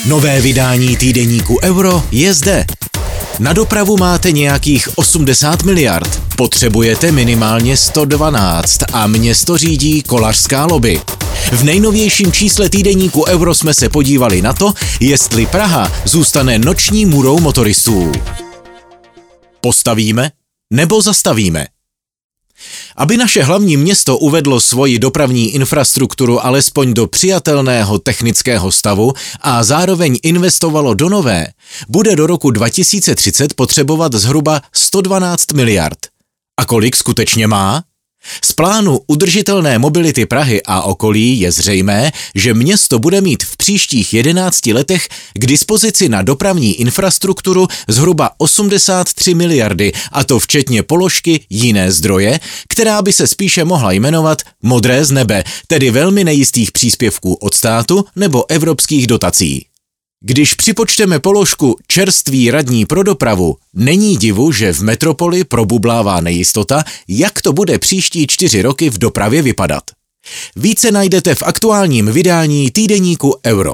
Nové vydání týdeníku Euro je zde. Na dopravu máte nějakých 80 miliard, potřebujete minimálně 112 a město řídí kolařská lobby. V nejnovějším čísle týdeníku Euro jsme se podívali na to, jestli Praha zůstane noční můrou motoristů. Postavíme nebo zastavíme? Aby naše hlavní město uvedlo svoji dopravní infrastrukturu alespoň do přijatelného technického stavu a zároveň investovalo do nové, bude do roku 2030 potřebovat zhruba 112 miliard. A kolik skutečně má? Z plánu udržitelné mobility Prahy a okolí je zřejmé, že město bude mít v příštích 11 letech k dispozici na dopravní infrastrukturu zhruba 83 miliardy, a to včetně položky jiné zdroje, která by se spíše mohla jmenovat modré z nebe, tedy velmi nejistých příspěvků od státu nebo evropských dotací. Když připočteme položku čerství radní pro dopravu, není divu, že v metropoli probublává nejistota, jak to bude příští 4 roky v dopravě vypadat. Více najdete v aktuálním vydání týdeníku Euro.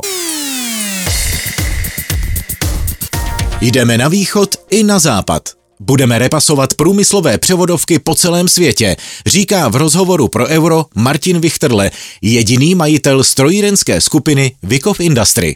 Jdeme na východ i na západ. Budeme repasovat průmyslové převodovky po celém světě, říká v rozhovoru pro Euro Martin Wichterle, jediný majitel strojírenské skupiny Wikow Industry.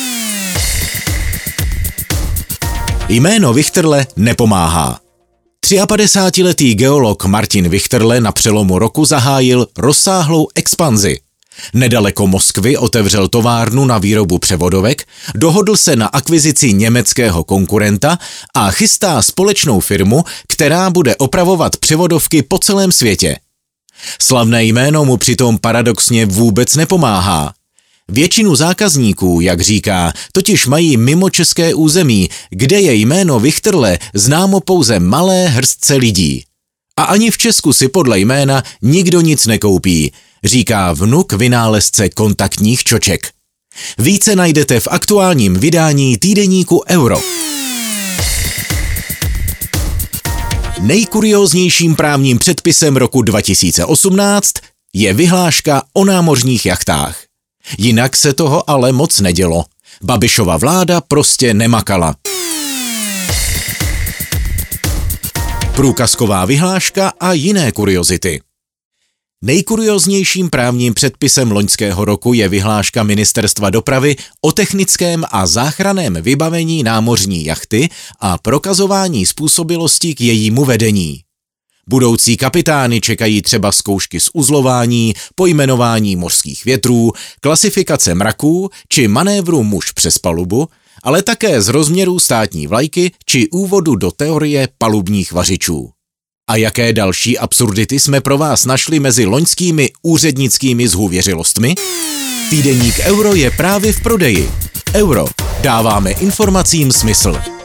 Jméno Wichterle nepomáhá. 53letý geolog Martin Wichterle na přelomu roku zahájil rozsáhlou expanzi. Nedaleko Moskvy otevřel továrnu na výrobu převodovek, dohodl se na akvizici německého konkurenta a chystá společnou firmu, která bude opravovat převodovky po celém světě. Slavné jméno mu přitom paradoxně vůbec nepomáhá. Většinu zákazníků, jak říká, totiž mají mimo české území, kde je jméno Wichterle známo pouze malé hrstce lidí. A ani v Česku si podle jména nikdo nic nekoupí, říká vnuk vynálezce kontaktních čoček. Více najdete v aktuálním vydání týdeníku Euro. Nejkurióznějším právním předpisem roku 2018 je vyhláška o námořních jachtách. Jinak se toho ale moc nedělo. Babišova vláda prostě nemakala. Průkazková vyhláška a jiné kuriozity. Nejkurioznějším právním předpisem loňského roku je vyhláška Ministerstva dopravy o technickém a záchranném vybavení námořní jachty a prokazování způsobilosti k jejímu vedení. Budoucí kapitány čekají třeba zkoušky z uzlování, pojmenování mořských větrů, klasifikace mraků či manévru muž přes palubu, ale také z rozměrů státní vlajky či úvodu do teorie palubních vařičů. A jaké další absurdity jsme pro vás našli mezi loňskými úřednickými zhůvěřilostmi? Týdeník Euro je právě v prodeji. Euro. Dáváme informacím smysl.